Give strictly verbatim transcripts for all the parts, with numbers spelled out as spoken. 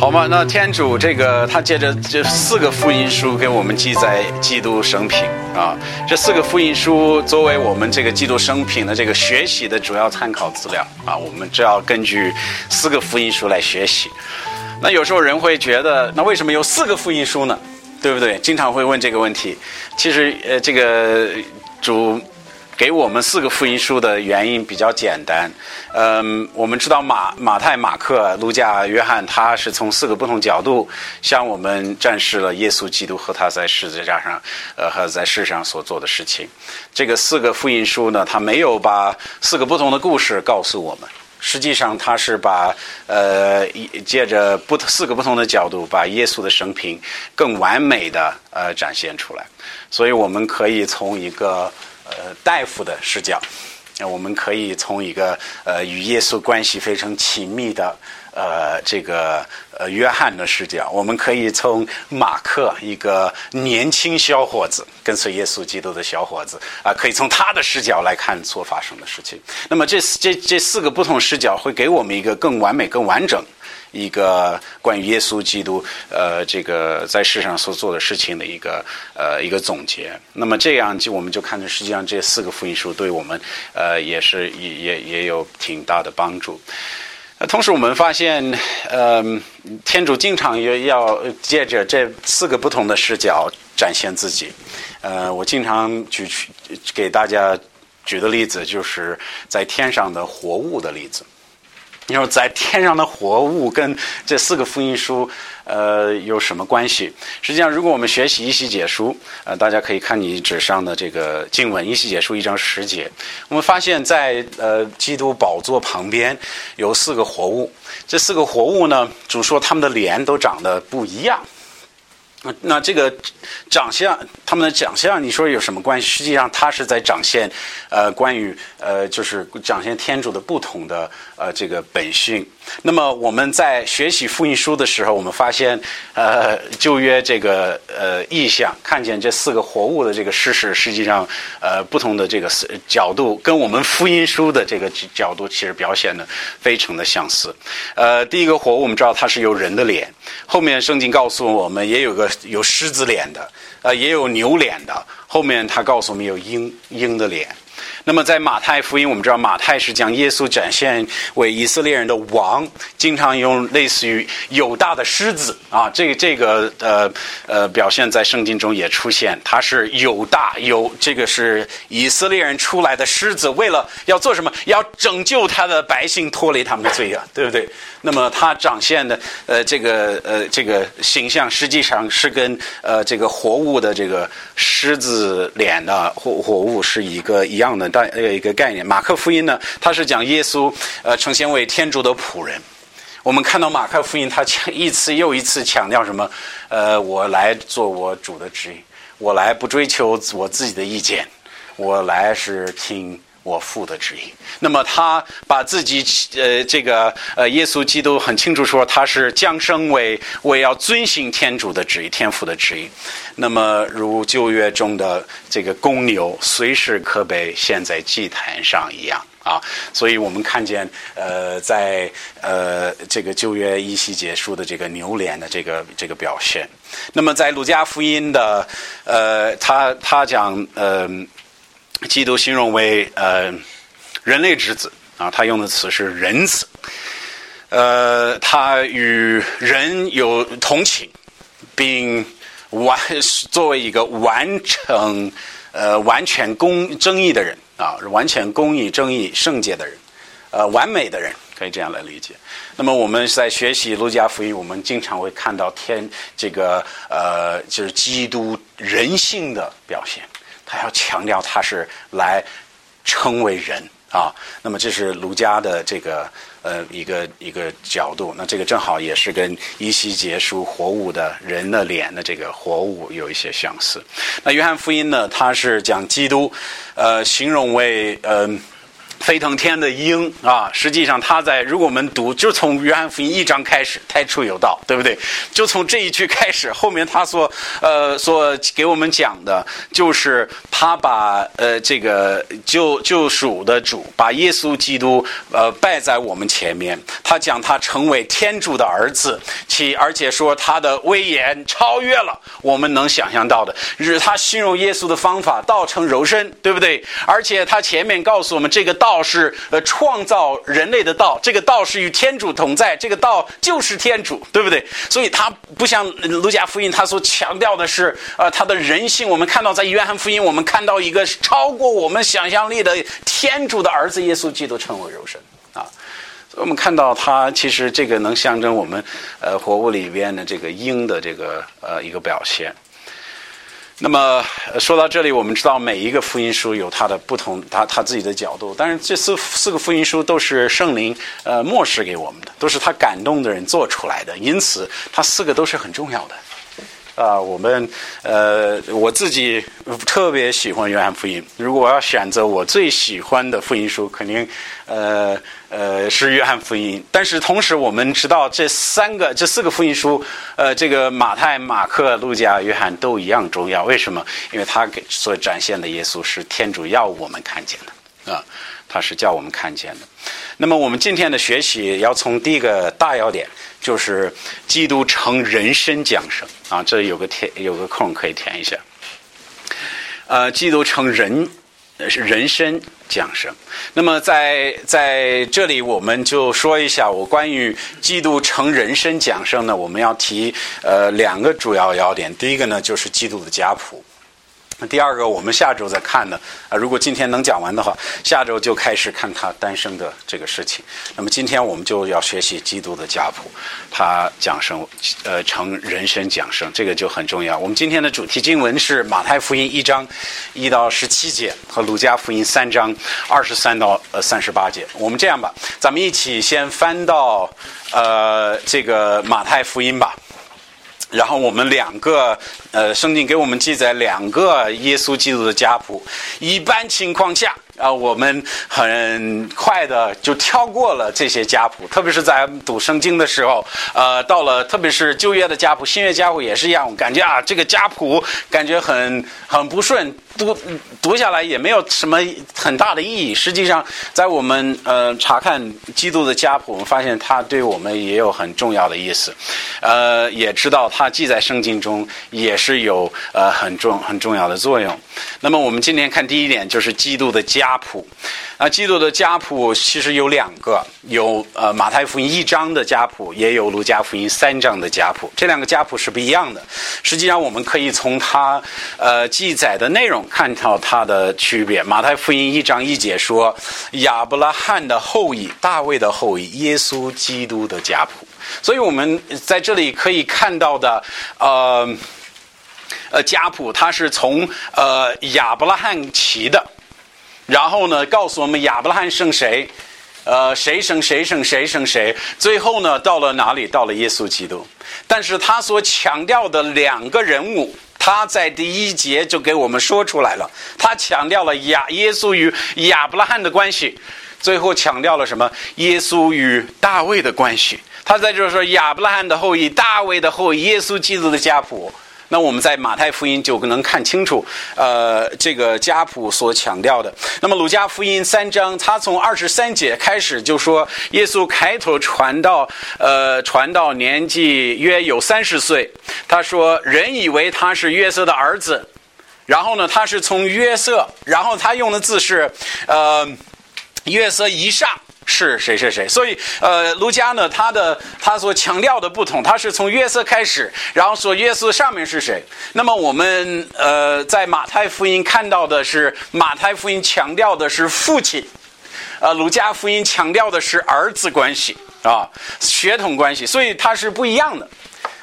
好吗？那天主这个他借着这四个福音书给我们记载基督生平啊，这四个福音书作为我们这个基督生平的这个学习的主要参考资料啊，我们只要根据四个福音书来学习。那有时候人会觉得，那为什么有四个福音书呢？对不对？经常会问这个问题。其实呃，这个主给我们四个福音书的原因比较简单。嗯，我们知道马马太、马克、路加、约翰，他是从四个不同角度向我们展示了耶稣基督和他在十字架上，呃，和在世上所做的事情。这个四个福音书呢，他没有把四个不同的故事告诉我们。实际上，他是把呃借着不四个不同的角度，把耶稣的生平更完美的呃展现出来。所以，我们可以从一个呃大夫的视角，我们可以从一个呃与耶稣关系非常亲密的呃这个呃约翰的视角，我们可以从马克一个年轻小伙子跟随耶稣基督的小伙子啊、呃，可以从他的视角来看所发生的事情。那么这这这四个不同视角会给我们一个更完美、更完整一个关于耶稣基督呃这个在世上所做的事情的一个呃一个总结。那么这样就我们就看出，实际上这四个福音书对我们呃也是也也也有挺大的帮助。同时我们发现呃天主经常也要借着这四个不同的视角展现自己。呃我经常举给大家举的例子就是在天上的活物的例子。你说在天上的活物跟这四个福音书呃有什么关系？实际上如果我们学习依西结书，呃大家可以看你纸上的这个经文，依西结书一章十节，我们发现在呃基督宝座旁边有四个活物。这四个活物呢，主说他们的脸都长得不一样。那这个长相，他们的长相，你说有什么关系？实际上，它是在展现，呃，关于呃，就是展现天主的不同的呃这个本性。那么我们在学习福音书的时候，我们发现，呃，旧约这个呃意象，看见这四个活物的这个事实，实际上呃不同的这个角度，跟我们福音书的这个角度，其实表现的非常的相似。呃，第一个活物，我们知道它是有人的脸，后面圣经告诉我们也有个有狮子脸的，呃，也有牛脸的，后面他告诉我们有鹰鹰的脸。那么在马太福音，我们知道马太是将耶稣展现为以色列人的王，经常用类似于有大的狮子啊，这个这个呃呃表现在圣经中也出现，他是有大有这个是以色列人出来的狮子，为了要做什么？要拯救他的百姓脱离他们的罪恶，对不对？那么他展现的呃这个呃这个形象，实际上是跟呃这个活物的这个狮子脸的活活物是一个一样的大呃一个概念。马可福音呢，它是讲耶稣呃呈现为天主的仆人。我们看到马可福音，他一次又一次强调什么？呃，我来做我主的旨意，我来不追求我自己的意见，我来是听我父的旨意。那么他把自己呃这个呃耶稣基督很清楚说，他是降生为为要遵行天主的旨意，天父的旨意。那么如旧约中的这个公牛随时可被献在祭坛上一样啊，所以我们看见呃在呃这个旧约依西结书的这个牛脸的这个这个表现。那么在路加福音的呃他他讲呃基督形容为呃人类之子啊，他用的词是人子，呃，他与人有同情，并完作为一个完成呃完全公正义的人啊，完全公义正义圣洁的人，呃，完美的人，可以这样来理解。那么我们在学习路加福音，我们经常会看到天这个呃就是基督人性的表现。他要强调他是来称为人啊，那么这是儒家的这个呃一个一个角度，那这个正好也是跟依西结书活物的人的脸的这个活物有一些相似。那约翰福音呢，他是讲基督呃形容为呃飞腾天的鹰啊，实际上他在，如果我们读，就从约翰福音一章开始，太初有道，对不对？就从这一句开始，后面他所呃所给我们讲的，就是他把呃这个救救赎的主，把耶稣基督呃摆在我们前面，他讲他成为天主的儿子，其而且说他的威严超越了我们能想象到的，是他形容耶稣的方法，道成肉身，对不对？而且他前面告诉我们，这个道是呃创造人类的道，这个道是与天主同在，这个道就是天主，对不对？所以他不像路加福音他所强调的是呃他的人性，我们看到在约翰福音我们看到一个超过我们想象力的天主的儿子耶稣基督成为肉身啊。所以我们看到他其实这个能象征我们呃活物里边的这个鹰的这个呃一个表现。那么说到这里，我们知道每一个福音书有它的不同，它它自己的角度。但是这四四个福音书都是圣灵呃漠视给我们的，都是他感动的人做出来的，因此它四个都是很重要的。啊、呃，我们呃我自己特别喜欢约翰福音。如果我要选择我最喜欢的福音书，肯定呃呃是约翰福音。但是同时我们知道这三个这四个福音书，呃，这个马太、马可、路加、约翰都一样重要。为什么？因为他给所展现的耶稣是天主要我们看见的啊，他是叫我们看见的。那么我们今天的学习要从第一个大要点，就是基督成人身降生啊，这有个填有个空可以填一下。呃，基督成人人身降生。那么在在这里我们就说一下，我关于基督成人身降生呢，我们要提呃两个主要要点。第一个呢就是基督的家谱。第二个我们下周再看呢，啊，如果今天能讲完的话，下周就开始看他诞生的这个事情。那么今天我们就要学习基督的家谱，他降生，呃，成人身降生，这个就很重要。我们今天的主题经文是马太福音一章一到十七节和路加福音三章二十三到呃三十八节。我们这样吧，咱们一起先翻到呃这个马太福音吧。然后我们两个，呃，圣经给我们记载两个耶稣基督的家谱。一般情况下，啊，我们很快的就跳过了这些家谱，特别是在读圣经的时候，呃，到了特别是旧约的家谱、新约家谱也是一样，我感觉啊，这个家谱感觉很很不顺，读读下来也没有什么很大的意义。实际上，在我们呃查看基督的家谱，我们发现它对我们也有很重要的意思，呃，也知道它记在圣经中也是有呃很重很重要的作用。那么我们今天看第一点，就是基督的家谱。啊，基督的家谱其实有两个，有呃马太福音一章的家谱，也有路加福音三章的家谱。这两个家谱是不一样的。实际上，我们可以从它呃记载的内容看到它的区别。马太福音一章一节说，亚伯拉罕的后裔，大卫的后裔，耶稣基督的家谱。所以我们在这里可以看到的，呃呃家谱，它是从呃亚伯拉罕起的。然后呢，告诉我们亚伯拉罕生谁，呃，谁生谁生谁生谁，最后呢，到了哪里？到了耶稣基督。但是他所强调的两个人物，他在第一节就给我们说出来了。他强调了亚耶稣与亚伯拉罕的关系，最后强调了什么？耶稣与大卫的关系。他在这说亚伯拉罕的后裔，大卫的后裔，耶稣基督的家谱。那我们在马太福音就能看清楚，呃，这个家谱所强调的。那么路加福音三章，他从二十三节开始就说，耶稣开头传到，呃，传到年纪约有三十岁。他说，人以为他是约瑟的儿子，然后呢，他是从约瑟，然后他用的字是，呃，约瑟以上。是谁谁谁，所以呃，路加呢，他的他所强调的不同，他是从约瑟开始，然后说约瑟上面是谁。那么我们呃在马太福音看到的是，马太福音强调的是父亲，呃，路加福音强调的是儿子关系啊，血统关系，所以它是不一样的。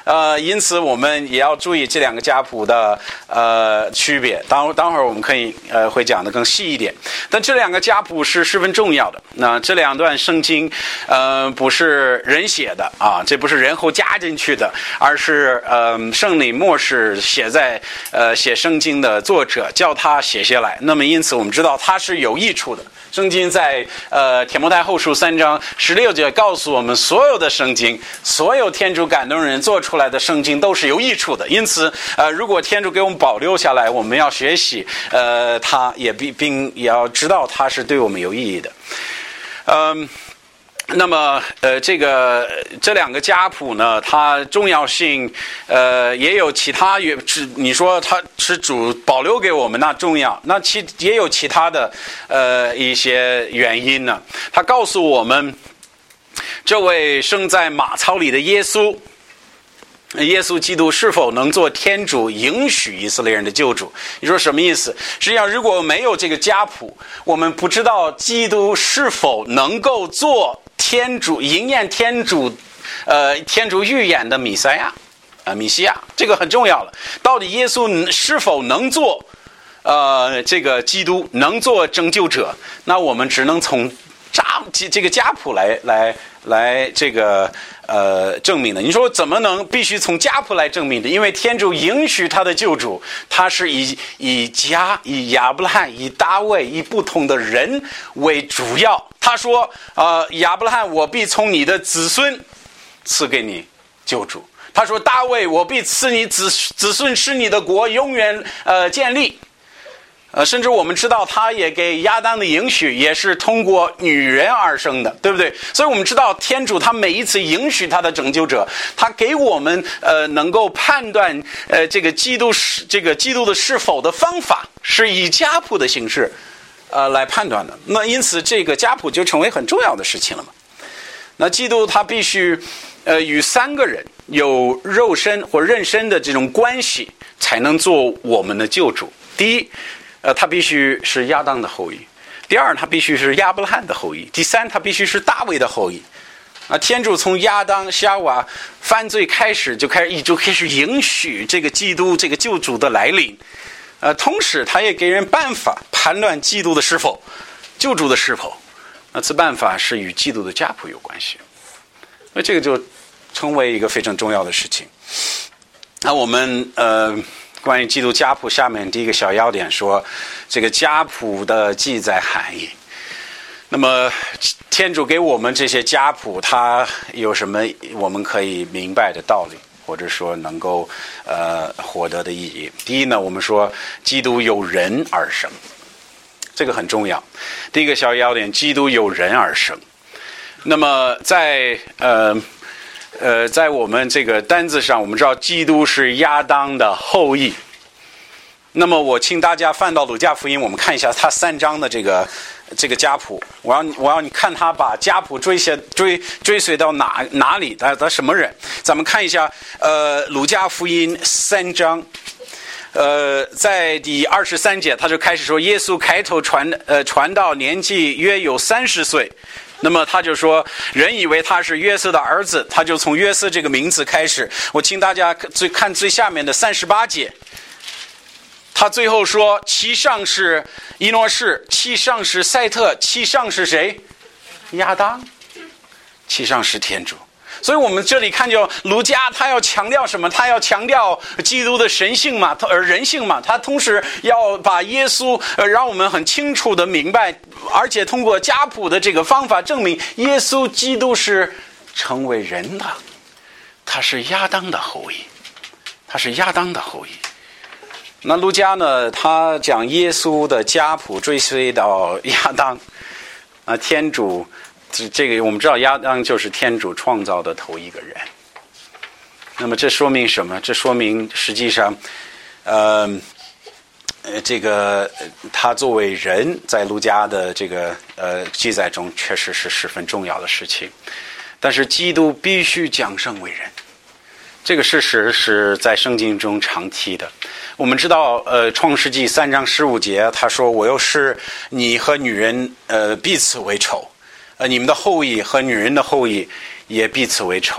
呃，因此我们也要注意这两个家谱的呃区别。当当会儿我们可以呃会讲得更细一点。但这两个家谱是十分重要的。那这两段圣经，呃，不是人写的啊，这不是人后加进去的，而是呃圣灵默示写在呃写圣经的作者叫他写下来。那么因此我们知道它是有益处的。圣经在呃提摩太后书三章十六节告诉我们，所有的圣经，所有天主感动人做出来的圣经都是有益处的。因此，呃，如果天主给我们保留下来，我们要学习，呃，它也并并也要知道它是对我们有意义的。嗯。那么，呃，这个这两个家谱呢，它重要性，呃，也有其他，你说它是主保留给我们，那重要，那其也有其他的，呃，一些原因呢。它告诉我们，这位生在马槽里的耶稣，耶稣基督是否能做天主允许以色列人的救主？你说什么意思？实际上，如果没有这个家谱，我们不知道基督是否能够做天主应验天主，呃，天主预言的弥赛亚，啊、呃，弥西亚，这个很重要了。到底耶稣是否能做，呃，这个基督能做拯救者？那我们只能从家这个家谱来来来这个呃证明的。你说怎么能必须从家谱来证明的？因为天主允许他的救主，他是以以家以亚伯拉罕以大卫以不同的人为主要。他说呃亚伯拉罕，我必从你的子孙赐给你救主。他说大卫，我必赐你子子孙，使你的国永远呃建立。呃，甚至我们知道，他也给亚当的应许也是通过女人而生的，对不对？所以我们知道，天主他每一次允许他的拯救者，他给我们呃能够判断呃这个基督是这个基督的是否的方法，是以家谱的形式呃来判断的。那因此，这个家谱就成为很重要的事情了嘛。那基督他必须呃与三个人有肉身或妊娠的这种关系，才能做我们的救主。第一，呃，他必须是亚当的后裔；第二，他必须是亚伯拉罕的后裔；第三，他必须是大卫的后裔。啊，天主从亚当夏娃犯罪开始就开始就开始允许这个基督这个救主的来临。呃，同时他也给人办法判断基督的是否救主的是否。那此办法是与基督的家谱有关系。那这个就成为一个非常重要的事情。那我们呃。关于基督家谱下面第一个小要点说，这个家谱的记载含义。那么天主给我们这些家谱，它有什么我们可以明白的道理，或者说能够呃获得的意义？第一呢，我们说基督有人而生，这个很重要。第一个小要点，基督有人而生。那么在呃。呃，在我们这个单子上，我们知道基督是亚当的后裔。那么，我请大家翻到鲁加福音，我们看一下他三章的这个这个家谱。我要我要你看他把家谱追下追追随到哪哪里，他他什么人？咱们看一下，呃，鲁加福音三章。呃，在第二十三节，他就开始说，耶稣开头传呃传道年纪约有三十岁。那么他就说，人以为他是约瑟的儿子，他就从约瑟这个名字开始。我请大家最看最下面的三十八节，他最后说，其上是伊诺士，其上是赛特，其上是谁？亚当，其上是天主。所以我们这里看见卢加他要强调什么？他要强调基督的神性嘛，而人性嘛。他同时要把耶稣呃让我们很清楚的明白，而且通过家谱的这个方法证明耶稣基督是成为人的，他是亚当的后裔，他是亚当的后裔。那卢加呢，他讲耶稣的家谱追随到亚当，啊，天主。这个我们知道亚当就是天主创造的头一个人。那么这说明什么？这说明实际上呃呃这个他作为人在路加的这个呃记载中确实是十分重要的事情。但是基督必须降生为人，这个事实是在圣经中常提的。我们知道呃创世纪三章十五节他说，我又使你和女人呃彼此为仇，呃，你们的后裔和女人的后裔也彼此为仇。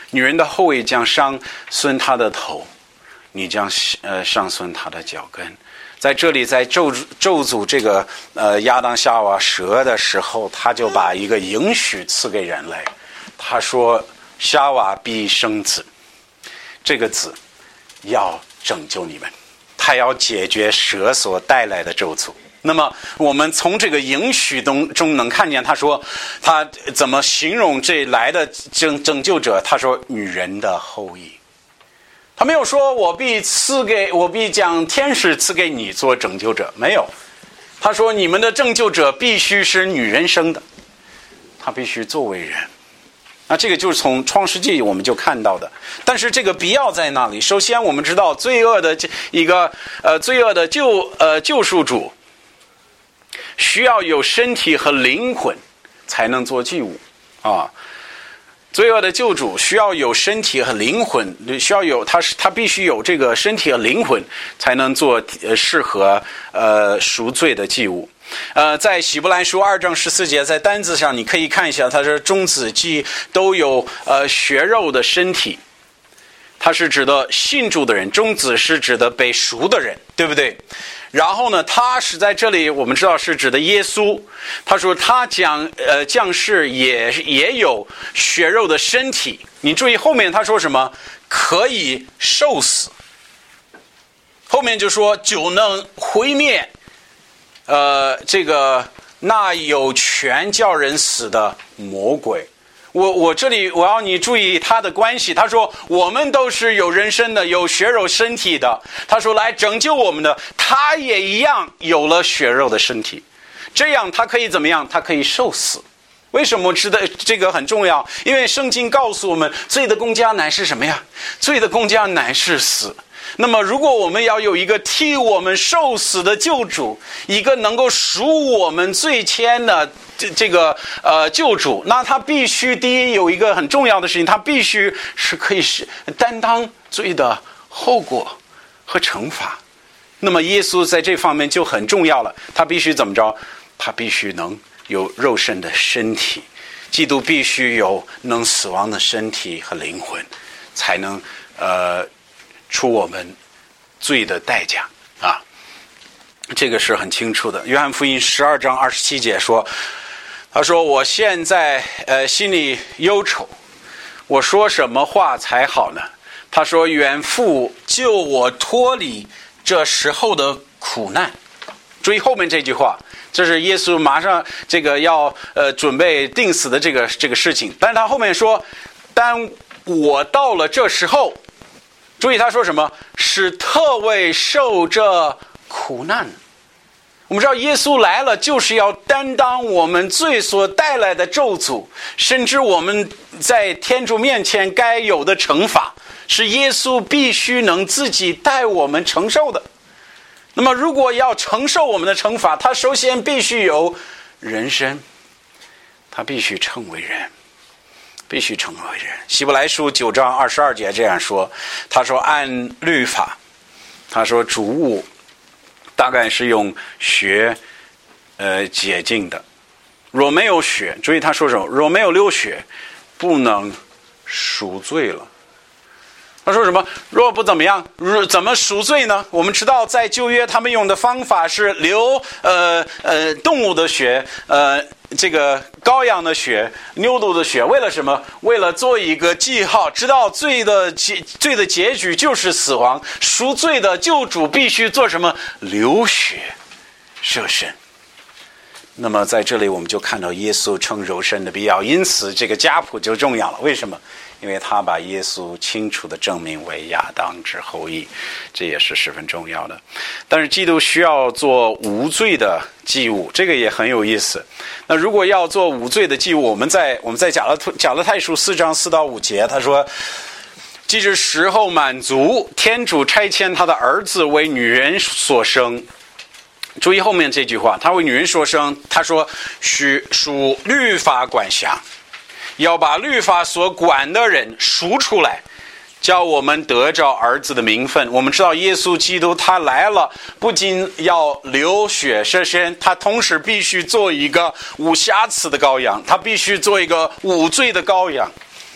女人的后裔将伤损他的头，你将呃伤损他的脚跟。在这里，在咒咒诅这个呃亚当夏娃蛇的时候，他就把一个应许赐给人类。他说夏娃必生子，这个子要拯救你们，他要解决蛇所带来的咒诅。那么我们从这个应许中中能看见，他说他怎么形容这来的拯拯救者？他说女人的后裔。他没有说我必赐给我必将天使赐给你做拯救者，没有。他说你们的拯救者必须是女人生的，他必须作为人。那这个就是从创世纪我们就看到的。但是这个必要在那里。首先我们知道罪恶的一个呃罪恶的救呃救赎主需要有身体和灵魂才能做祭物啊。罪恶的救主需要有身体和灵魂，需要有他是他必须有这个身体和灵魂才能做呃适合呃赎罪的祭物。呃，在希伯来书二章十四节，在单字上你可以看一下，他说种子祭都有呃血肉的身体，它是指的信主的人，种子是指的被赎的人，对不对？然后呢，他是在这里我们知道是指的耶稣。他说他将呃降世也也有血肉的身体。你注意后面他说什么？可以受死。后面就说就能毁灭呃这个那有权叫人死的魔鬼。我我这里我要你注意他的关系。他说我们都是有人身的，有血肉身体的。他说来拯救我们的，他也一样有了血肉的身体。这样他可以怎么样？他可以受死。为什么知道这个很重要？因为圣经告诉我们，罪的工价乃是什么呀？罪的工价乃是死。那么如果我们要有一个替我们受死的救主，一个能够赎我们罪愆的这这个呃救主，那他必须第一有一个很重要的事情，他必须是可以是担当罪的后果和惩罚。那么耶稣在这方面就很重要了，他必须怎么着？他必须能有肉身的身体，基督必须有能死亡的身体和灵魂，才能呃出我们罪的代价啊。这个是很清楚的。约翰福音十二章二十七节说，他说我现在呃心里忧愁，我说什么话才好呢？他说愿父救我脱离这时候的苦难。注意后面这句话，这是耶稣马上这个要呃准备定死的这个这个事情。但是他后面说，但我到了这时候，注意他说什么？是特为受这苦难。我们知道耶稣来了就是要担当我们罪所带来的咒诅，甚至我们在天主面前该有的惩罚，是耶稣必须能自己带我们承受的。那么如果要承受我们的惩罚，他首先必须有人身，他必须成为人，必须成为人。希伯来书九章二十二节这样说，他说按律法，他说主物大概是用血呃洁净的，若没有血，注意他说什么？若没有流血，不能赎罪了。他说什么？若不怎么样，怎么赎罪呢？我们知道在旧约他们用的方法是流呃呃动物的血，呃这个羔羊的血，牛犊的血，为了什么？为了做一个记号，知道罪的结罪的结局就是死亡。赎罪的救主必须做什么？流血舍身。那么在这里我们就看到耶稣成肉身的必要，因此这个家谱就重要了。为什么？因为他把耶稣清楚地证明为亚当之后裔，这也是十分重要的。但是基督需要做无罪的祭物，这个也很有意思。那如果要做无罪的祭物，我们在我们在加拉加拉太书四章四到五节，他说既是时候满足，天主差遣他的儿子为女人所生。注意后面这句话，他为女人所生，他说需属律法管辖，要把律法所管的人赎出来，叫我们得着儿子的名分。我们知道耶稣基督他来了，不仅要流血舍身，他同时必须做一个无瑕疵的羔羊，他必须做一个无罪的羔羊。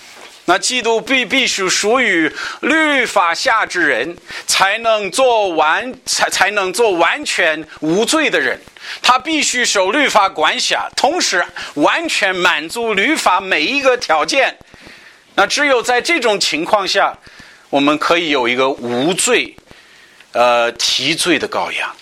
那基督必必须属于律法下之人，才能做完才才能做完全无罪的人。他必须受律法管辖，同时完全满足律法每一个条件。那只有在这种情况下，我们可以有一个无罪呃提罪的羔羊。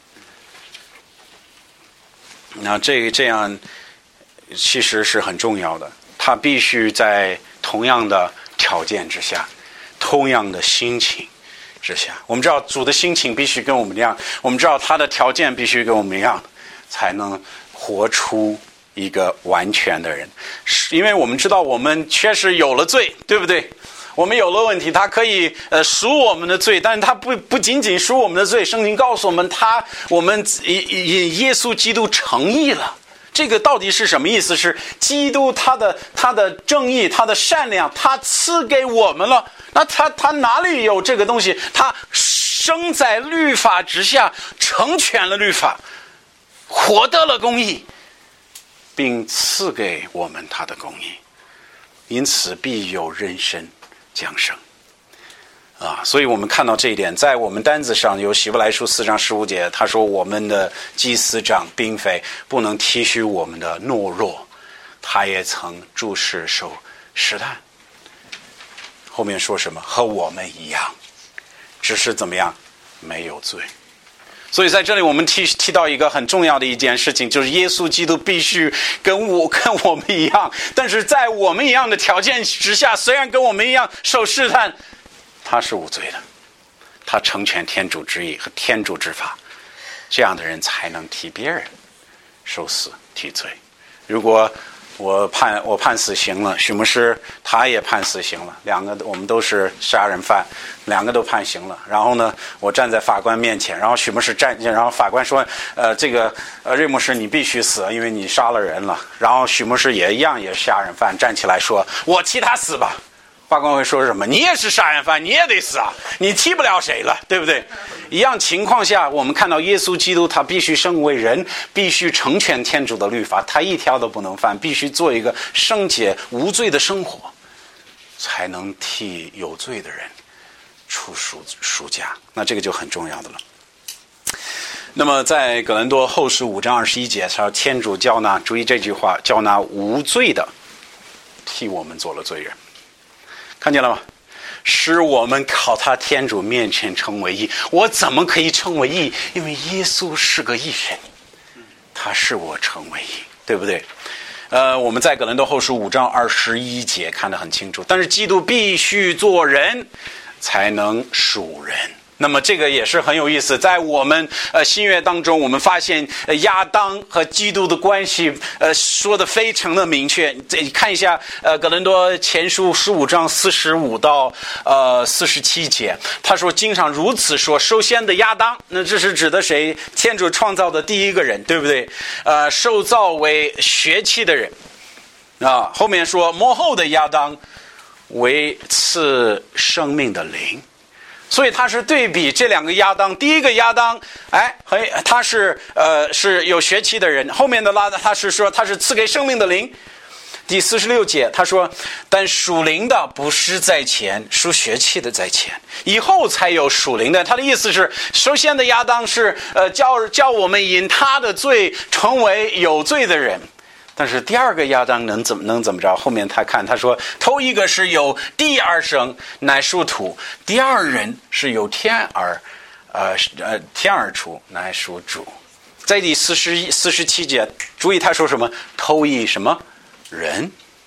那这这样其实是很重要的，他必须在同样的条件之下，同样的心情之下。我们知道主的心情必须跟我们一样，我们知道他的条件必须跟我们一样，才能活出一个完全的人。因为我们知道我们确实有了罪，对不对？我们有了问题，他可以呃赎我们的罪，但是他不不仅仅赎我们的罪，圣经告诉我们，他我们以耶稣基督成义了。这个到底是什么意思？是基督他的他的正义，他的善良，他赐给我们了。那他他哪里有这个东西？他生在律法之下，成全了律法，获得了公义，并赐给我们他的公义，因此必有人生降生啊！所以我们看到这一点，在我们单子上有希伯来书四章十五节，他说我们的祭司长并非不能体恤我们的懦弱，他也曾注视受试探。后面说什么？和我们一样，只是怎么样？没有罪。所以在这里我们提提到一个很重要的一件事情，就是耶稣基督必须跟我跟我们一样，但是在我们一样的条件之下，虽然跟我们一样受试探，他是无罪的，他成全天主之意和天主之法，这样的人才能替别人受死替罪。如果我判我判死刑了，许牧师他也判死刑了，两个我们都是杀人犯，两个都判刑了。然后呢，我站在法官面前，然后许牧师站，然后法官说，呃，这个呃瑞牧师你必须死，因为你杀了人了。然后许牧师也一样也是杀人犯，站起来说，我替他死吧。法官会说什么？你也是杀人犯，你也得死啊！你替不了谁了，对不对？一样情况下，我们看到耶稣基督他必须生为人，必须成全天主的律法，他一条都不能犯，必须做一个圣洁无罪的生活，才能替有罪的人出赎赎价。那这个就很重要的了。那么在哥林多后书五章二十一节，他说天主交纳，注意这句话，交纳无罪的替我们做了罪人。看见了吗？使我们靠他天主面前成为义。我怎么可以成为义？因为耶稣是个义人，他使我成为义，对不对？呃，我们在哥林多后书五章二十一节看得很清楚。但是基督必须做人，才能属人。那么这个也是很有意思，在我们呃新约当中，我们发现呃亚当和基督的关系呃说得非常的明确。你看一下呃哥林多前书十五章四十五到呃四十七节，他说经常如此说，首先的亚当，那这是指的谁？天主创造的第一个人，对不对？呃，受造为血气的人啊。后面说末后的亚当为赐生命的灵。所以他是对比这两个亚当，第一个亚当，哎，他是呃是有血气的人，后面的拉他是说他是赐给生命的灵。第四十六节他说，但属灵的不是在前，属血气的在前，以后才有属灵的。他的意思是，首先的亚当是呃叫叫我们因他的罪成为有罪的人。但是第二个亚当能怎么能怎么着？后面他看他说，头一个是有地而生，乃属土；第二人是有天而，呃呃天而出，乃属主。在第四十四十七节，注意他说什么？头一什么人？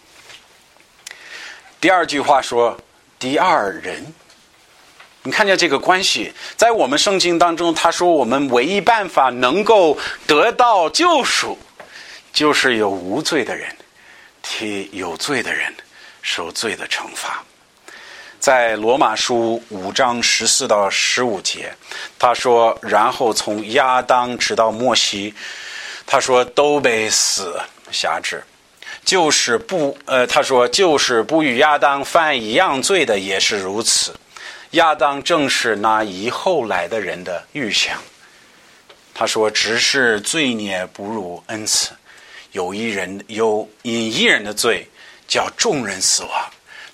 第二句话说第二人。你看见这个关系，在我们圣经当中，他说我们唯一办法能够得到救赎，就是有无罪的人替有罪的人受罪的惩罚。在罗马书五章十四到十五节，他说然后从亚当直到摩西，他说都被死辖制，就是不呃他说就是不与亚当犯一样罪的也是如此。亚当正是那以后来的人的预想。他说只是罪孽不如恩赐，有一人有因一人的罪叫众人死亡，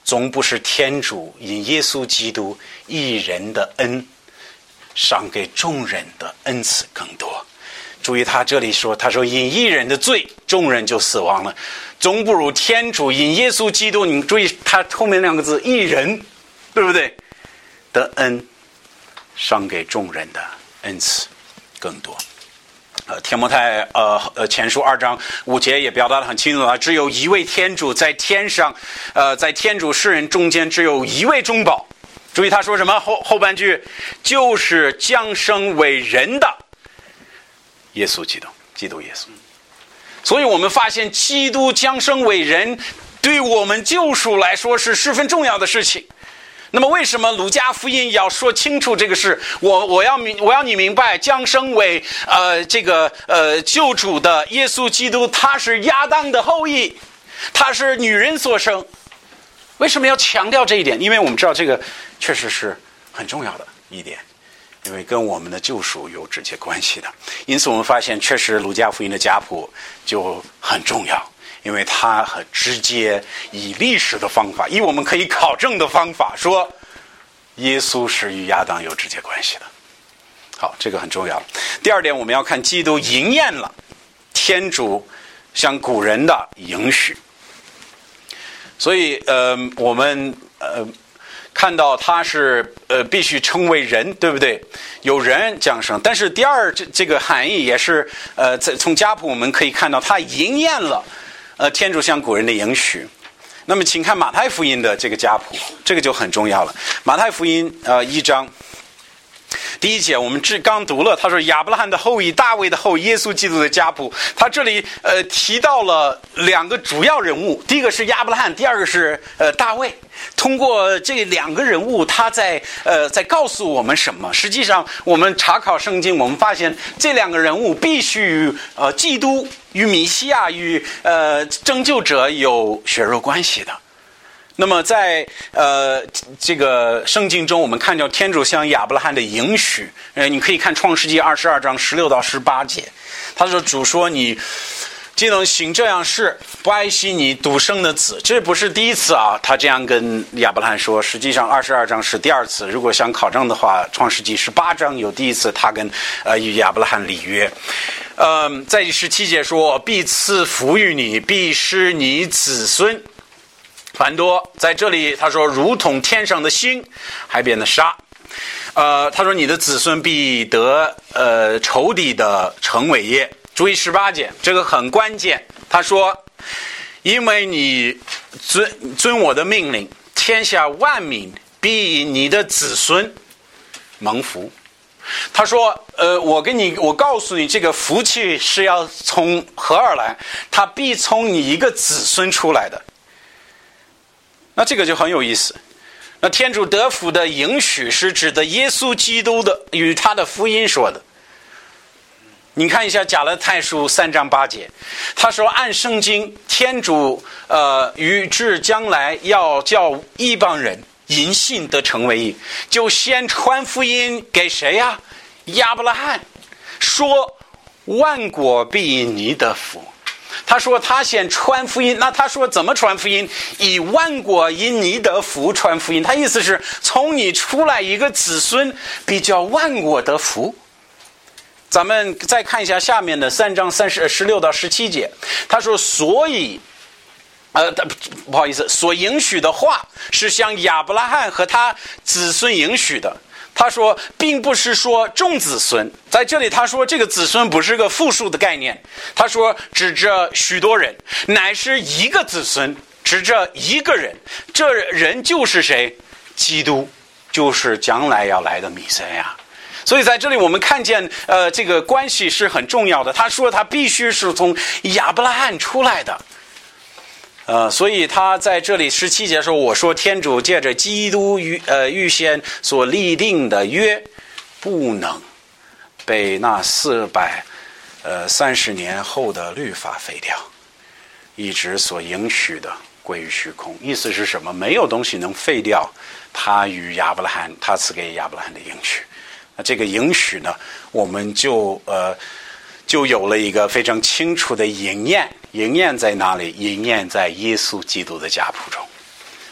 总不是天主因耶稣基督一人的恩，赏给众人的恩赐更多。注意他这里说，他说因一人的罪，众人就死亡了，总不如天主因耶稣基督，你注意他后面两个字一人，对不对？的恩，赏给众人的恩赐更多。呃，提摩太呃呃前书二章五节也表达得很清楚啊，只有一位天主，在天上，呃，在天主世人中间只有一位中保。注意他说什么？后后半句，就是降生为人的耶稣基督，基督耶稣。所以我们发现，基督降生为人，对我们救赎来说是十分重要的事情。那么为什么路加福音要说清楚这个事？我我要明我要你明白，降生为呃这个呃救主的耶稣基督，他是亚当的后裔，他是女人所生。为什么要强调这一点？因为我们知道这个确实是很重要的一点，因为跟我们的救赎有直接关系的。因此我们发现，确实路加福音的家谱就很重要。因为他很直接以历史的方法，以我们可以考证的方法说，耶稣是与亚当有直接关系的。好，这个很重要。第二点，我们要看基督应验了天主向古人的应许。所以，呃，我们呃看到他是呃必须成为人，对不对？有人降生，但是第二这这个含义也是呃，在从家谱我们可以看到他应验了。呃，天主向古人的应许。那么，请看马太福音的这个家谱，这个就很重要了。马太福音呃一章第一节，我们刚读了，他说亚伯拉罕的后裔、大卫的后裔、耶稣基督的家谱。他这里呃提到了两个主要人物，第一个是亚伯拉罕，第二个是呃大卫。通过这两个人物，他在呃在告诉我们什么？实际上，我们查考圣经，我们发现这两个人物必须与呃基督、与弥西亚、与呃拯救者有血肉关系的。那么在呃这个圣经中，我们看到天主向亚伯拉罕的应许，呃，你可以看创世纪二十二章十六到十八节，他说：“主说你。”既能行这样事，不爱惜你独生的子。这不是第一次啊，他这样跟亚伯拉罕说。实际上二十二章是第二次。如果想考证的话，创世纪十八章有第一次他跟呃与亚伯拉罕立约。呃，在第十七节说，必赐福于你，必使你子孙繁多。在这里他说，如同天上的星，海边的沙。呃，他说你的子孙必得呃仇敌的成伟业。注意十八节，这个很关键。他说：“因为你遵遵我的命令，天下万民必以你的子孙蒙福。”他说：“呃，我跟你，我告诉你，这个福气是要从何而来？它必从你一个子孙出来的。”那这个就很有意思。那天主得福的应许是指的耶稣基督的，与他的福音说的。你看一下加拉太书三章八节，他说按圣经，天主呃预知将来要叫异邦人因信得成为义，就先传福音给谁呀、啊？亚伯拉罕，说万国必因你得福。他说他先传福音，那他说怎么传福音？以万国因你得福传福音。他意思是从你出来一个子孙，比较万国得福。咱们再看一下下面的三章三十十六到十七节，他说：“所以，呃，不好意思，所应许的话是向亚伯拉罕和他子孙应许的。他说，并不是说众子孙，在这里他说这个子孙不是个复数的概念，他说指着许多人，乃是一个子孙，指着一个人，这人就是谁？基督，就是将来要来的弥赛亚。”所以在这里我们看见呃这个关系是很重要的。他说他必须是从亚伯拉罕出来的。呃所以他在这里十七节说，我说天主借着基督预呃预先所立定的约，不能被那四百呃三十年后的律法废掉，一直所应许的归于虚空。意思是什么？没有东西能废掉他与亚伯拉罕他赐给亚伯拉罕的应许。这个应许呢，我们就呃就有了一个非常清楚的应验。应验在哪里？应验在耶稣基督的家谱中。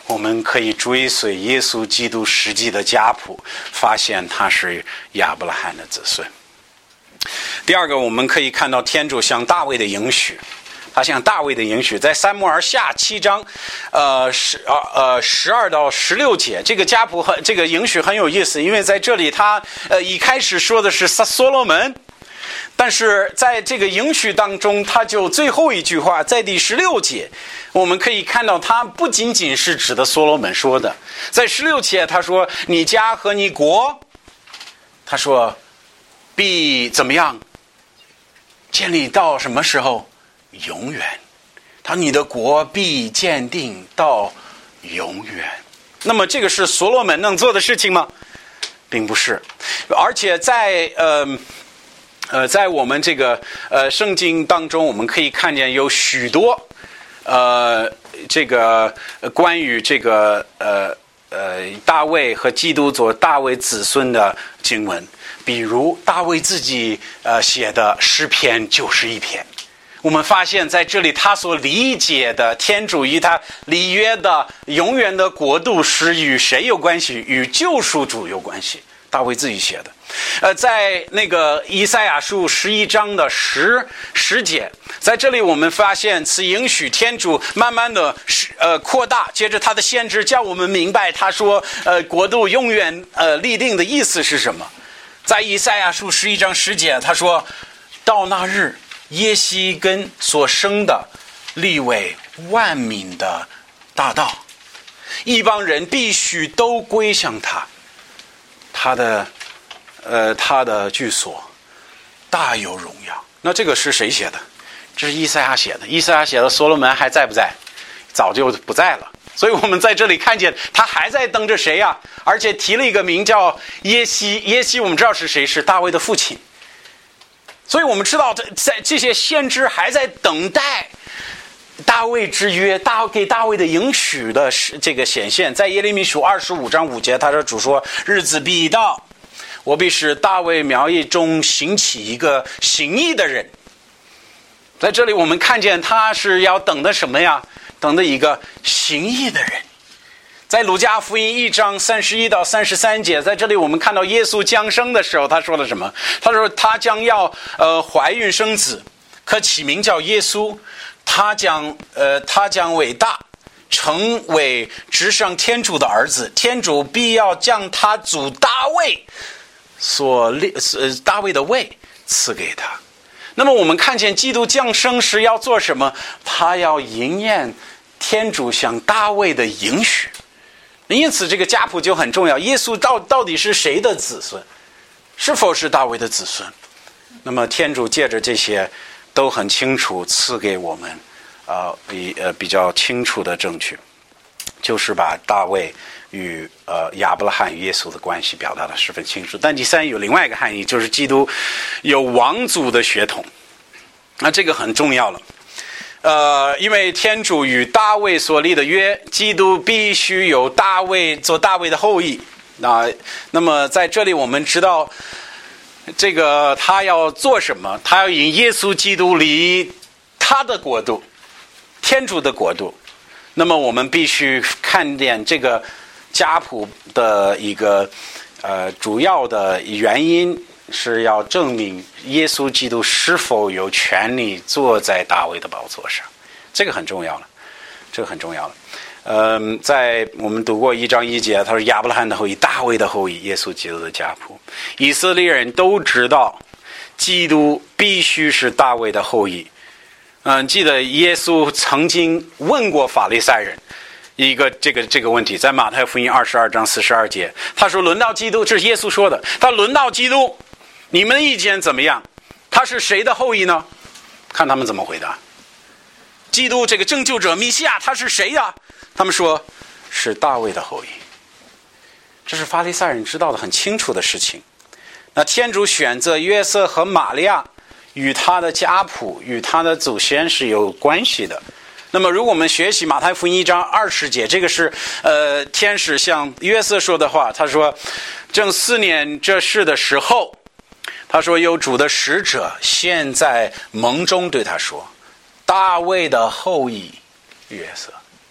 我们可以追随耶稣基督实际的家谱，发现他是亚伯拉罕的子孙。第二个，我们可以看到天主向大卫的应许，他向大卫的应许，在撒母耳下七章，呃十呃十二到十六节，这个家谱很这个应许很有意思，因为在这里他呃一开始说的是所罗门。但是在这个应许当中，他就最后一句话，在第十六节，我们可以看到他不仅仅是指的所罗门说的。在十六节他说，你家和你国，他说必怎么样建立到什么时候？永远。他说你的国必坚定到永远。那么这个是所罗门能做的事情吗？并不是。而且在呃呃，在我们这个呃圣经当中，我们可以看见有许多呃这个关于这个呃呃大卫和基督做大卫子孙的经文，比如大卫自己呃写的诗篇九十一篇。我们发现在这里他所理解的天主与他立约的永远的国度是与谁有关系？与救赎主有关系。大卫自己写的。呃，在那个以赛亚书十一章的十十节，在这里我们发现此应许天主慢慢的呃扩大，接着他的先知叫我们明白，他说呃国度永远呃立定的意思是什么。在以赛亚书十一章十节，他说到那日，耶西根所生的立为万民的大道，一帮人必须都归向他，他的呃，他的居所大有荣耀。那这个是谁写的？这是以赛亚写的。以赛亚写的，所罗门还在不在？早就不在了。所以我们在这里看见他还在等着谁呀、啊？而且提了一个名叫耶西。耶西我们知道是谁？是大卫的父亲。所以我们知道在这些先知还在等待大卫之约，大给大卫的应许的这个显现。在耶利米书二十五章五节，他说主说日子必到，我必使大卫苗裔中兴起一个行义的人。在这里我们看见他是要等的什么呀？等的一个行义的人。在路加福音一章三十一到三十三节，在这里我们看到耶稣降生的时候，他说了什么？他说他将要呃怀孕生子，可起名叫耶稣。他将呃他将伟大，成为至上天主的儿子。天主必要将他祖大卫所立呃大卫的位赐给他。那么我们看见基督降生时要做什么？他要应验天主向大卫的应许。因此这个家谱就很重要。耶稣到到底是谁的子孙？是否是大卫的子孙？那么天主借着这些都很清楚赐给我们呃一呃比较清楚的证据，就是把大卫与呃亚伯拉罕与耶稣的关系表达得十分清楚。但第三有另外一个含义，就是基督有王族的血统。那这个很重要了。呃，因为天主与大卫所立的约，基督必须有大卫做大卫的后裔。那那么在这里我们知道这个他要做什么？他要引耶稣基督离他的国度，天主的国度。那么我们必须看见这个家谱的一个呃主要的原因，是要证明耶稣基督是否有权利坐在大卫的宝座上。这个很重要了，这个很重要了。嗯、呃，在我们读过一章一节，他说亚伯拉罕的后裔，大卫的后裔，耶稣基督的家谱。以色列人都知道基督必须是大卫的后裔。嗯，记得耶稣曾经问过法利赛人一个这个这个问题，在马太福音二十二章四十二节，他说轮到基督，这是耶稣说的，他轮到基督，你们的意见怎么样？他是谁的后裔呢？看他们怎么回答。基督这个拯救者弥西亚他是谁呀？他们说是大卫的后裔。这是法利赛人知道的很清楚的事情。那天主选择约瑟和玛利亚，与他的家谱与他的祖先是有关系的。那么如果我们学习马太福音一章二十节，这个是呃天使向约瑟说的话，他说正思念这事的时候，他说有主的使者现在梦中对他说，大卫的后裔约瑟。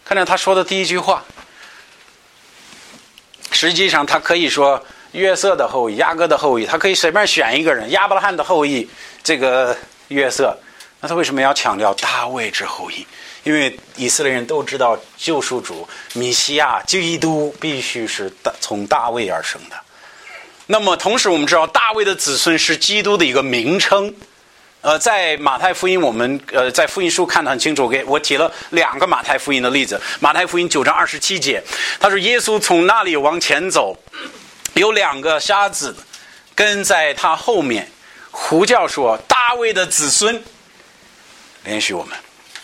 看见他说的第一句话，实际上他可以说约瑟的后裔、雅各的后裔，他可以随便选一个人，亚伯拉罕的后裔，这个约瑟。那他为什么要强调大卫之后裔？因为以色列人都知道救赎主弥西亚基督必须是从大卫而生的。那么同时我们知道大卫的子孙是基督的一个名称。呃，在马太福音我们呃在福音书看得很清楚，给我提了两个马太福音的例子。马太福音九章二十七节，他说耶稣从那里往前走，有两个瞎子跟在他后面，呼叫说大卫的子孙连续我们。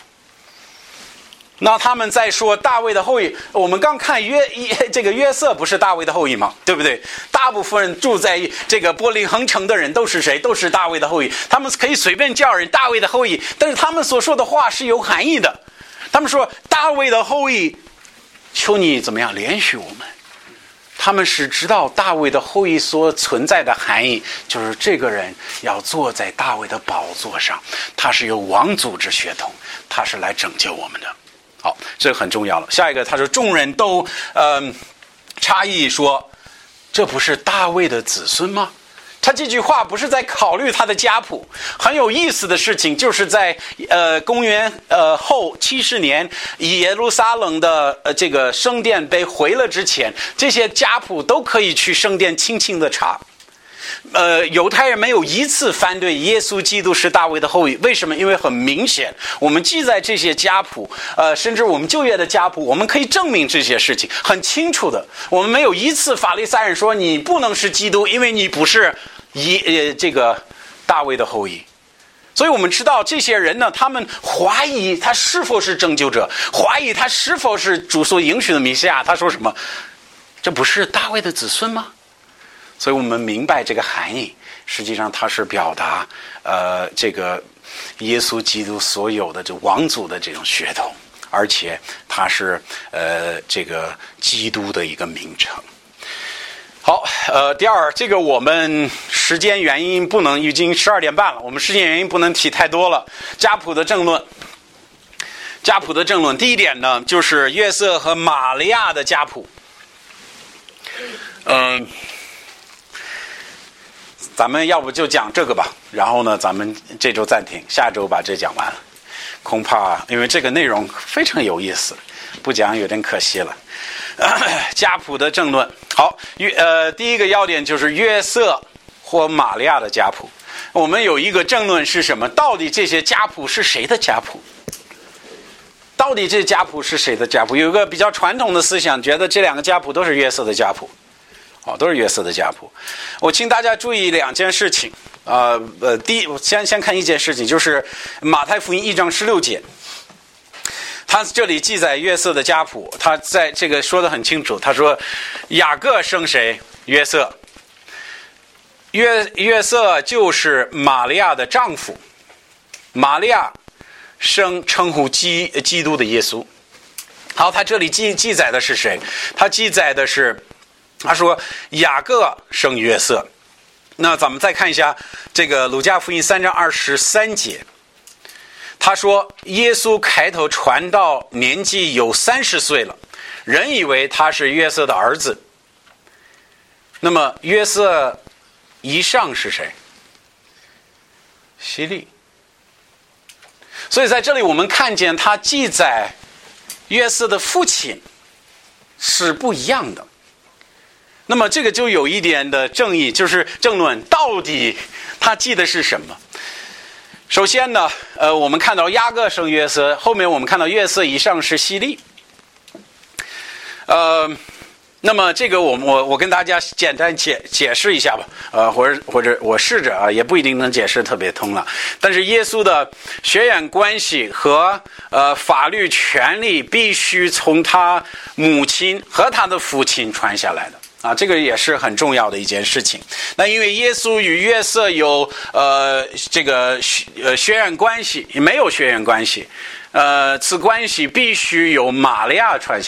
那他们在说大卫的后裔，我们刚看约这个约瑟不是大卫的后裔吗？对不对？大部分人住在这个伯利恒城的人都是谁？都是大卫的后裔。他们可以随便叫人大卫的后裔，但是他们所说的话是有含义的。他们说大卫的后裔，求你怎么样连续我们。他们是知道大卫的后裔所存在的含义，就是这个人要坐在大卫的宝座上，他是有王族之血统，他是来拯救我们的。好，这个很重要了。下一个，他说众人都呃诧异说，这不是大卫的子孙吗？他这句话不是在考虑他的家谱。很有意思的事情，就是在呃公元呃后七十年，耶路撒冷的呃这个圣殿被毁了之前，这些家谱都可以去圣殿轻轻的查。呃，犹太人没有一次反对耶稣基督是大卫的后裔，为什么？因为很明显，我们记在这些家谱，呃，甚至我们旧约的家谱，我们可以证明这些事情，很清楚的。我们没有一次法利赛人说你不能是基督，因为你不是一呃这个大卫的后裔。所以我们知道这些人呢，他们怀疑他是否是拯救者，怀疑他是否是主所应许的弥赛亚。他说什么？这不是大卫的子孙吗？所以我们明白这个含义，实际上它是表达呃这个耶稣基督所有的这王族的这种血统，而且它是呃这个基督的一个名称。好，呃，第二，这个我们时间原因不能，已经十二点半了，我们时间原因不能提太多了。家谱的政论，家谱的政论，第一点呢，就是约瑟和玛利亚的家谱。嗯、呃。咱们要不就讲这个吧，然后呢，咱们这周暂停，下周把这讲完了。恐怕因为这个内容非常有意思，不讲有点可惜了。家谱的政论，好，呃，第一个要点就是约瑟或玛利亚的家谱。我们有一个政论是什么？到底这些家谱是谁的家谱？到底这家谱是谁的家谱？有一个比较传统的思想，觉得这两个家谱都是约瑟的家谱。哦，都是约瑟的家谱。我请大家注意两件事情。呃呃，第一，先先看一件事情，就是马太福音一章十六节，他这里记载约瑟的家谱，他在这个说得很清楚。他说雅各生谁？约瑟。约约瑟就是玛利亚的丈夫，玛利亚生称呼基基督的耶稣。好，他这里记记载的是谁？他记载的是。他说雅各生约瑟。那咱们再看一下这个鲁家福音三章二十三节，他说耶稣开头传道年纪有三十岁了，人以为他是约瑟的儿子。那么约瑟以上是谁？希利。所以在这里我们看见他记载约瑟的父亲是不一样的。那么这个就有一点的争议，就是争论到底他记的是什么。首先呢，呃，我们看到雅各生约瑟，后面我们看到约瑟以上是希利。呃，那么这个我我我跟大家简单解解释一下吧，呃，或者或者我试着啊，也不一定能解释特别通了。但是耶稣的血缘关系和呃法律权利必须从他母亲和他的父亲传下来的。啊，这个也是很重要的一件事情。那因为耶稣与约瑟有呃这个呃血缘关系，没有血缘关系，呃，此关系必须由玛利亚传下来。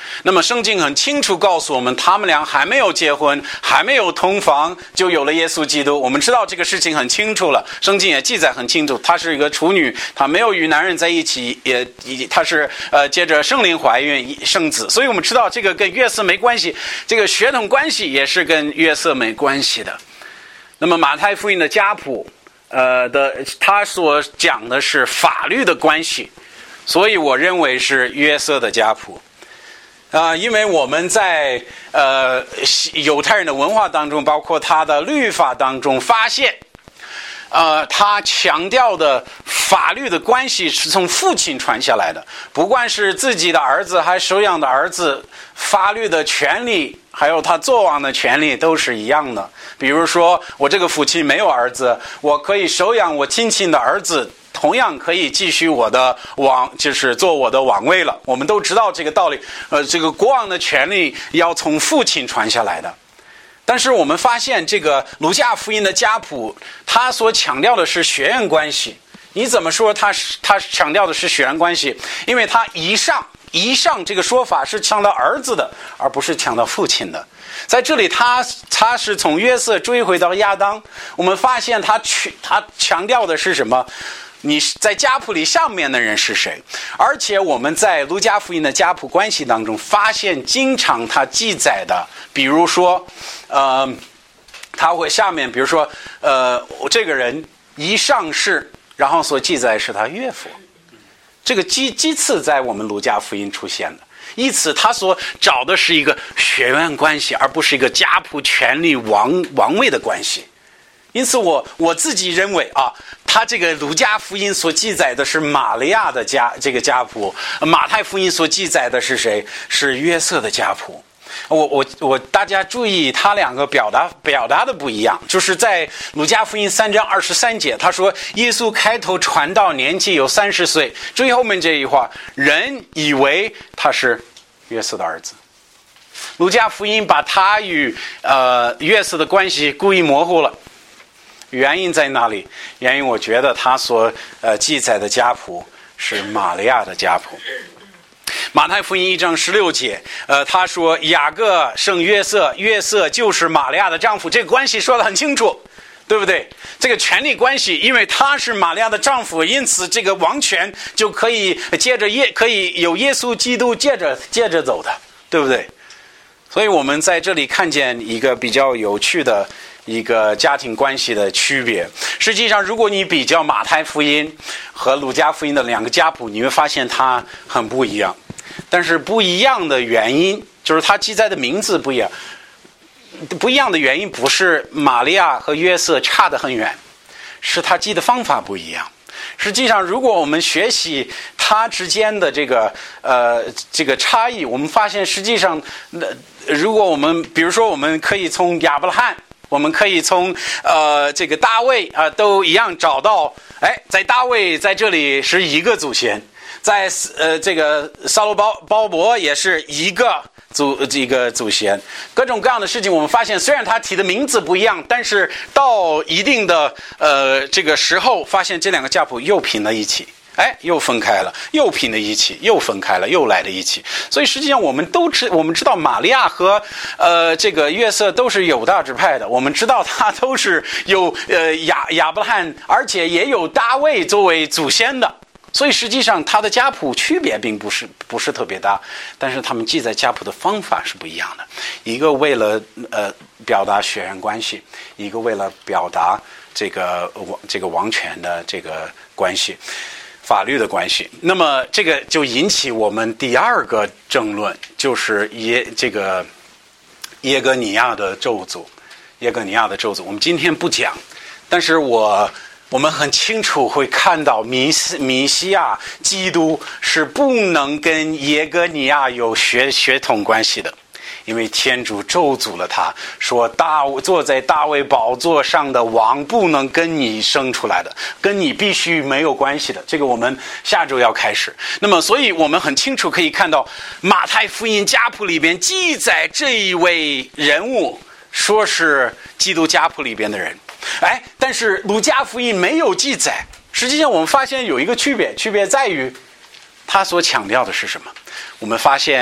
那么圣经很清楚告诉我们，他们俩还没有结婚，还没有同房，就有了耶稣基督。我们知道这个事情很清楚了，圣经也记载很清楚，她是一个处女，她没有与男人在一起，也她是呃接着圣灵怀孕生子，所以我们知道这个跟约瑟没关系，这个血统关系也是跟约瑟没关系的。那么马太福音的家谱呃的他所讲的是法律的关系，所以我认为是约瑟的家谱啊、呃，因为我们在呃犹太人的文化当中，包括他的律法当中发现，呃，他强调的法律的关系是从父亲传下来的，不管是自己的儿子还是收养的儿子，法律的权利还有他作王的权利都是一样的。比如说，我这个父亲没有儿子，我可以收养我亲戚的儿子，同样可以继续我的王，就是做我的王位了。我们都知道这个道理。呃，这个国王的权利要从父亲传下来的。但是我们发现，这个路加福音的家谱，他所强调的是血缘关系。你怎么说他是他强调的是血缘关系？因为他遗上遗上这个说法是强调儿子的，而不是强调父亲的。在这里他他是从约瑟追回到亚当，我们发现他去他强调的是什么？你在家谱里上面的人是谁？而且我们在路加福音的家谱关系当中发现，经常他记载的，比如说呃他会下面比如说呃这个人一上世，然后所记载是他岳父，这个几几次在我们路加福音出现的。因此他所找的是一个血缘关系，而不是一个家谱权力王王位的关系。因此我我自己认为啊，他这个路加福音所记载的是玛利亚的家这个家谱，马太福音所记载的是谁？是约瑟的家谱。我我我大家注意，他两个表达表达的不一样，就是在路加福音三章二十三节，他说耶稣开头传道年纪有三十岁，最后面这一话，人以为他是约瑟的儿子。路加福音把他与呃约瑟的关系故意模糊了。原因在哪里？原因我觉得他所呃记载的家谱是玛利亚的家谱。马太福音一章十六节，呃，他说雅各生约瑟，约瑟就是玛利亚的丈夫，这个关系说得很清楚，对不对？这个权力关系，因为他是玛利亚的丈夫，因此这个王权就可以接着耶，可以有耶稣基督接着接着走的，对不对？所以我们在这里看见一个比较有趣的一个家庭关系的区别。实际上如果你比较马太福音和路加福音的两个家谱，你会发现它很不一样。但是不一样的原因就是它记载的名字不一样。不一样的原因不是玛利亚和约瑟差得很远，是他记的方法不一样。实际上如果我们学习它之间的这个呃这个差异，我们发现实际上呃如果我们比如说我们可以从亚伯拉罕，我们可以从呃这个大卫啊、呃、都一样找到，哎，在大卫在这里是一个祖先，在呃这个撒罗包包伯也是一个祖这个祖先，各种各样的事情我们发现虽然他提的名字不一样，但是到一定的呃这个时候发现这两个家谱又拼了一起，哎，又分开了，又拼了一起，又分开了，又来了一起。所以实际上我们都知我们知道玛利亚和呃这个约瑟都是犹大支派的，我们知道他都是有呃亚亚伯拉罕，而且也有大卫作为祖先的。所以实际上他的家谱区别并不是不是特别大，但是他们记载家谱的方法是不一样的，一个为了呃表达血缘关系，一个为了表达这个这个王权的这个关系，法律的关系。那么这个就引起我们第二个争论，就是耶这个耶哥尼亚的咒诅，耶哥尼亚的咒诅我们今天不讲，但是我我们很清楚会看到弥西弥西亚基督是不能跟耶哥尼亚有血血统关系的，因为天主咒诅了他，说大坐在大卫宝座上的王不能跟你生出来的，跟你必须没有关系的。这个我们下周要开始。那么所以我们很清楚可以看到马太福音家谱里边记载这一位人物说是基督家谱里边的人，哎，但是路加福音没有记载。实际上我们发现有一个区别，区别在于他所强调的是什么。我们发现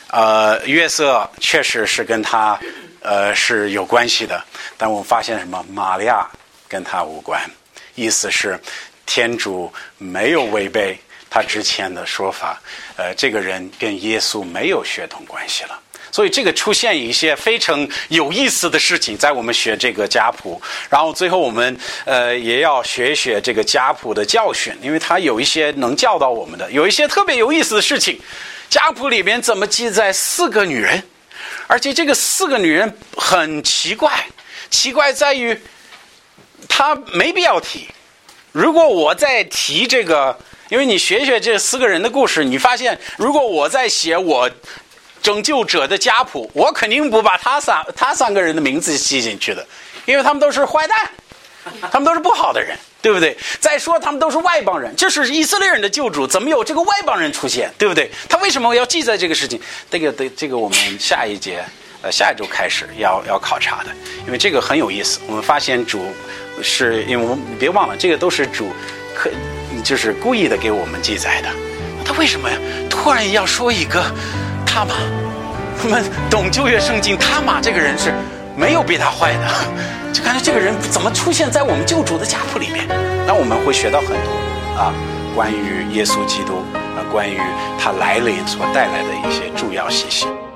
呃，约瑟确实是跟他呃是有关系的，但我们发现什么？玛利亚跟他无关，意思是天主没有违背他之前的说法，呃，这个人跟耶稣没有血统关系了。所以这个出现一些非常有意思的事情，在我们学这个家谱，然后最后我们呃也要学一学这个家谱的教训，因为它有一些能教导我们的，有一些特别有意思的事情。家谱里面怎么记载四个女人，而且这个四个女人很奇怪，奇怪在于他没必要提。如果我在提这个，因为你学学这四个人的故事，你发现如果我在写我拯救者的家谱，我肯定不把他三他三个人的名字记进去的，因为他们都是坏蛋，他们都是不好的人，对不对？再说他们都是外邦人，这是以色列人的救主，怎么有这个外邦人出现，对不对？他为什么要记载这个事情？这个这个我们下一节呃下一周开始要要考察的，因为这个很有意思。我们发现主是因为我们别忘了，这个都是主可就是故意的给我们记载的。他为什么呀？突然要说一个他玛？我们懂旧约圣经，他玛这个人是没有比他坏的，就感觉这个人怎么出现在我们救主的家谱里面？那我们会学到很多啊，关于耶稣基督啊，关于他来临所带来的一些重要信息。